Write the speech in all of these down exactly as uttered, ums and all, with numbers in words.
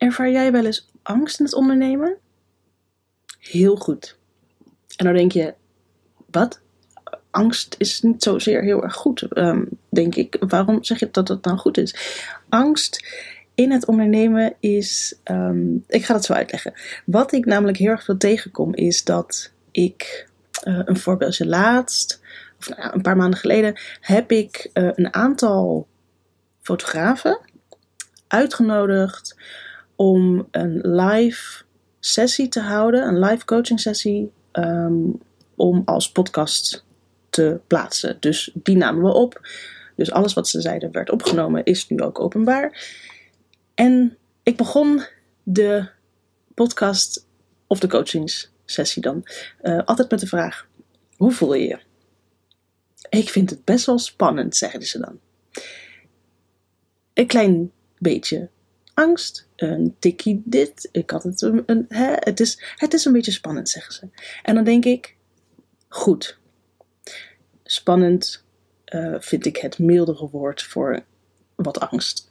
Ervaar jij wel eens angst in het ondernemen? Heel goed. En dan denk je, wat? Angst is niet zozeer heel erg goed, um, denk ik. Waarom zeg je dat het nou goed is? Angst in het ondernemen is... Um, ik ga dat zo uitleggen. Wat ik namelijk heel erg veel tegenkom is dat ik... Uh, een voorbeeldje laatst, of nou ja, een paar maanden geleden... heb ik uh, een aantal fotografen uitgenodigd om een live sessie te houden. Een live coaching sessie... Um, om als podcast te plaatsen. Dus die namen we op. Dus alles wat ze zeiden werd opgenomen, is nu ook openbaar. En ik begon de podcast of de coachingssessie dan uh, altijd met de vraag: hoe voel je je? Ik vind het best wel spannend, zeiden ze dan. Een klein beetje angst, een tikkie dit. Ik had het een, een hè, het is, het is een beetje spannend, zeggen ze. En dan denk ik, goed. Spannend uh, vind ik het mildere woord voor wat angst.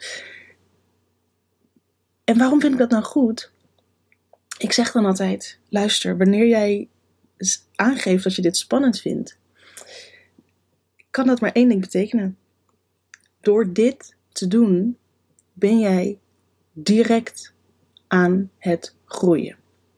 En waarom vind ik dat nou goed? Ik zeg dan altijd, luister, wanneer jij aangeeft dat je dit spannend vindt, kan dat maar één ding betekenen. Door dit te doen, ben jij direct aan het groeien.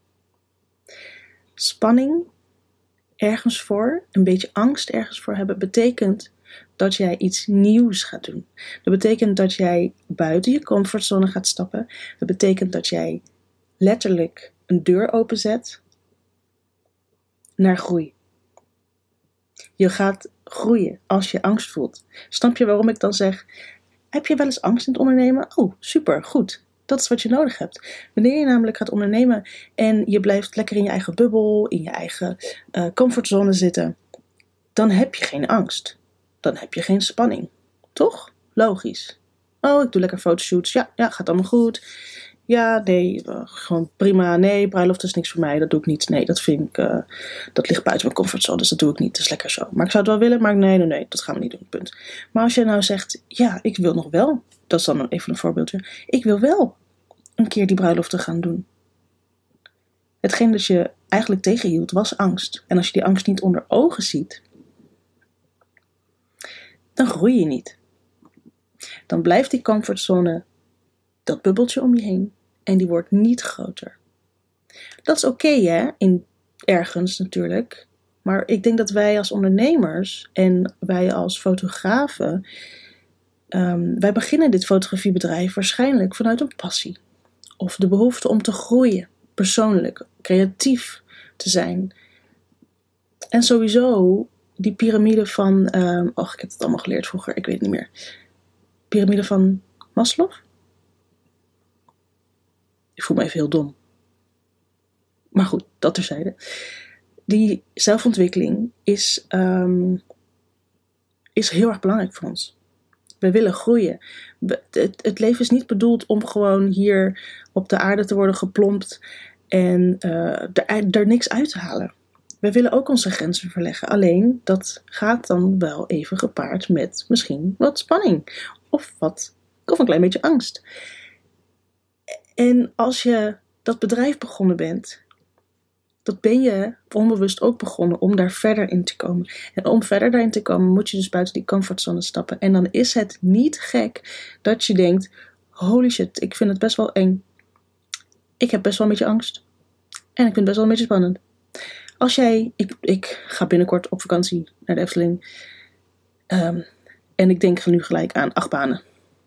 Spanning ergens voor, een beetje angst ergens voor hebben, betekent dat jij iets nieuws gaat doen. Dat betekent dat jij buiten je comfortzone gaat stappen. Dat betekent dat jij letterlijk een deur openzet naar groei. Je gaat groeien als je angst voelt. Snap je waarom ik dan zeg, heb je wel eens angst in het ondernemen? Oh, super, goed. Dat is wat je nodig hebt. Wanneer je namelijk gaat ondernemen en je blijft lekker in je eigen bubbel, in je eigen uh, comfortzone zitten, dan heb je geen angst. Dan heb je geen spanning. Toch? Logisch. Oh, ik doe lekker fotoshoots. Ja, ja, gaat allemaal goed. Ja, nee, uh, gewoon prima. Nee, bruiloft is niks voor mij. Dat doe ik niet. Nee, dat vind ik, uh, dat ligt buiten mijn comfortzone, dus dat doe ik niet. Dat is lekker zo. Maar ik zou het wel willen, maar nee, nee, nee, dat gaan we niet doen. Punt. Maar als je nou zegt, ja, ik wil nog wel. Dat is dan even een voorbeeldje. Ik wil wel een keer die bruiloft te gaan doen. Hetgeen dat je eigenlijk tegenhield was angst. En als je die angst niet onder ogen ziet, dan groei je niet. Dan blijft die comfortzone, dat bubbeltje om je heen, en die wordt niet groter. Dat is oké, okay, hè, in ergens natuurlijk. Maar ik denk dat wij als ondernemers en wij als fotografen, um, wij beginnen dit fotografiebedrijf waarschijnlijk vanuit een passie. Of de behoefte om te groeien, persoonlijk, creatief te zijn. En sowieso die piramide van, um, oh, ik heb het allemaal geleerd vroeger, ik weet het niet meer. Piramide van Maslow? Ik voel me even heel dom. Maar goed, dat terzijde. Die zelfontwikkeling is, um, is heel erg belangrijk voor ons. We willen groeien. Het, het leven is niet bedoeld om gewoon hier op de aarde te worden geplompt en uh, er, er niks uit te halen. We willen ook onze grenzen verleggen. Alleen dat gaat dan wel even gepaard met misschien wat spanning. Of, wat, of een klein beetje angst. En als je dat bedrijf begonnen bent, dat ben je onbewust ook begonnen om daar verder in te komen. En om verder daarin te komen moet je dus buiten die comfortzone stappen. En dan is het niet gek dat je denkt, holy shit, ik vind het best wel eng. Ik heb best wel een beetje angst. En ik vind het best wel een beetje spannend. Als jij, ik, ik ga binnenkort op vakantie naar de Efteling. Um, en ik denk nu gelijk aan achtbanen.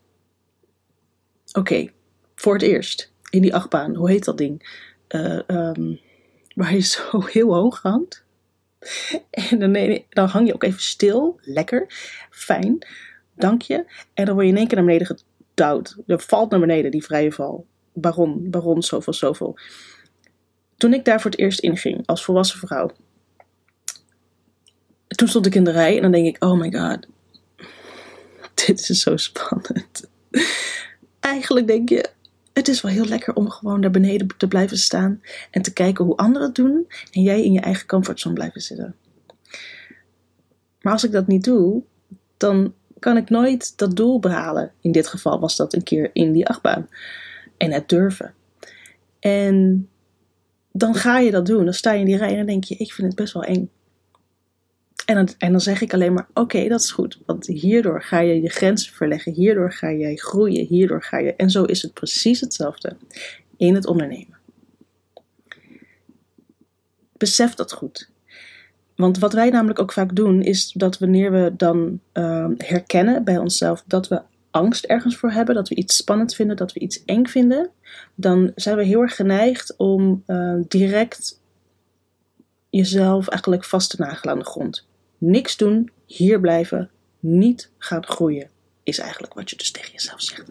Oké, okay, voor het eerst in die achtbaan, hoe heet dat ding? Uh, um, waar je zo heel hoog hangt. En dan, dan hang je ook even stil, lekker, fijn, dank je. En dan word je in één keer naar beneden gedouwd. Je valt naar beneden, die vrije val. Baron, baron, zoveel, zoveel. Toen ik daar voor het eerst inging, als volwassen vrouw, toen stond ik in de rij en dan denk ik, oh my god, dit is zo spannend. Eigenlijk denk je, het is wel heel lekker om gewoon daar beneden te blijven staan en te kijken hoe anderen het doen en jij in je eigen comfortzone blijven zitten. Maar als ik dat niet doe, dan kan ik nooit dat doel behalen. In dit geval was dat een keer in die achtbaan. En het durven. En dan ga je dat doen. Dan sta je in die rij en dan denk je, ik vind het best wel eng. En dan, en dan zeg ik alleen maar, oké, okay, dat is goed. Want hierdoor ga je je grenzen verleggen. Hierdoor ga jij groeien. Hierdoor ga je... En zo is het precies hetzelfde in het ondernemen. Besef dat goed. Want wat wij namelijk ook vaak doen, is dat wanneer we dan uh, herkennen bij onszelf dat we angst ergens voor hebben, dat we iets spannend vinden, dat we iets eng vinden, dan zijn we heel erg geneigd om uh, direct jezelf eigenlijk vast te nagelen aan de grond. Niks doen, hier blijven, niet gaan groeien, is eigenlijk wat je dus tegen jezelf zegt.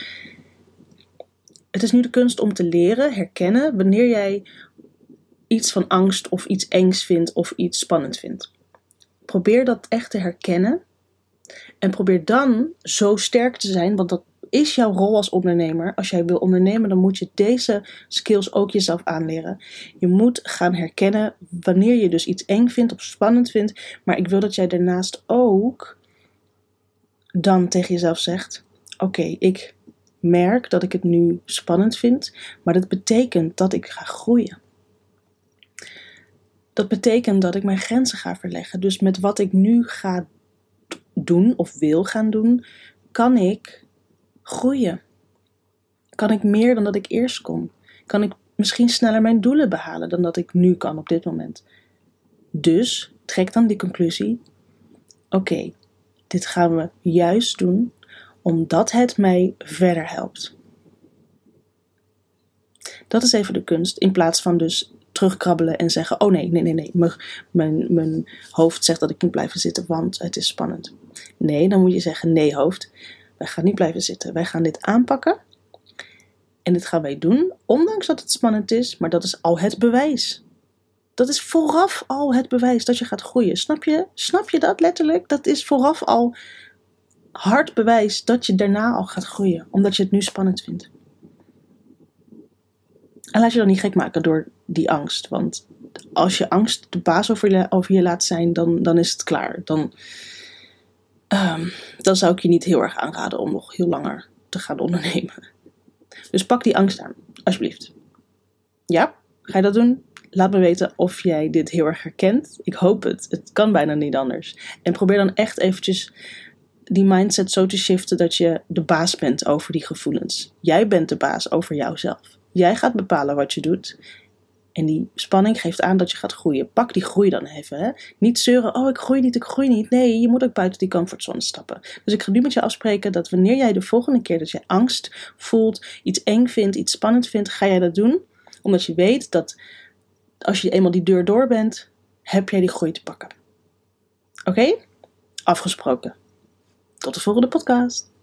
Het is nu de kunst om te leren, herkennen, wanneer jij iets van angst of iets engs vindt of iets spannend vindt. Probeer dat echt te herkennen en probeer dan zo sterk te zijn, want dat is jouw rol als ondernemer. Als jij wil ondernemen, dan moet je deze skills ook jezelf aanleren. Je moet gaan herkennen wanneer je dus iets eng vindt of spannend vindt, maar ik wil dat jij daarnaast ook dan tegen jezelf zegt, oké, okay, ik merk dat ik het nu spannend vind, maar dat betekent dat ik ga groeien. Dat betekent dat ik mijn grenzen ga verleggen. Dus met wat ik nu ga doen of wil gaan doen, kan ik groeien. Kan ik meer dan dat ik eerst kon. Kan ik misschien sneller mijn doelen behalen dan dat ik nu kan op dit moment. Dus trek dan die conclusie. Oké, okay, dit gaan we juist doen omdat het mij verder helpt. Dat is even de kunst. In plaats van dus terugkrabbelen en zeggen, oh nee, nee, nee, nee. Mijn, mijn, mijn hoofd zegt dat ik moet blijven zitten, want het is spannend. Nee, dan moet je zeggen, nee hoofd, wij gaan niet blijven zitten. Wij gaan dit aanpakken. En dit gaan wij doen, ondanks dat het spannend is, maar dat is al het bewijs. Dat is vooraf al het bewijs dat je gaat groeien. Snap je? Snap je dat letterlijk? Dat is vooraf al hard bewijs dat je daarna al gaat groeien, omdat je het nu spannend vindt. En laat je dan niet gek maken door die angst. Want als je angst de baas over je, over je laat zijn, dan, dan is het klaar. Dan, um, dan zou ik je niet heel erg aanraden om nog heel langer te gaan ondernemen. Dus pak die angst aan, alsjeblieft. Ja, ga je dat doen? Laat me weten of jij dit heel erg herkent. Ik hoop het. Het kan bijna niet anders. En probeer dan echt eventjes die mindset zo te shiften dat je de baas bent over die gevoelens. Jij bent de baas over jouzelf. Jij gaat bepalen wat je doet. En die spanning geeft aan dat je gaat groeien. Pak die groei dan even. Hè? Niet zeuren, oh ik groei niet, ik groei niet. Nee, je moet ook buiten die comfortzone stappen. Dus ik ga nu met je afspreken dat wanneer jij de volgende keer dat je angst voelt, iets eng vindt, iets spannend vindt, ga jij dat doen. Omdat je weet dat als je eenmaal die deur door bent, heb jij die groei te pakken. Oké? Okay? Afgesproken. Tot de volgende podcast.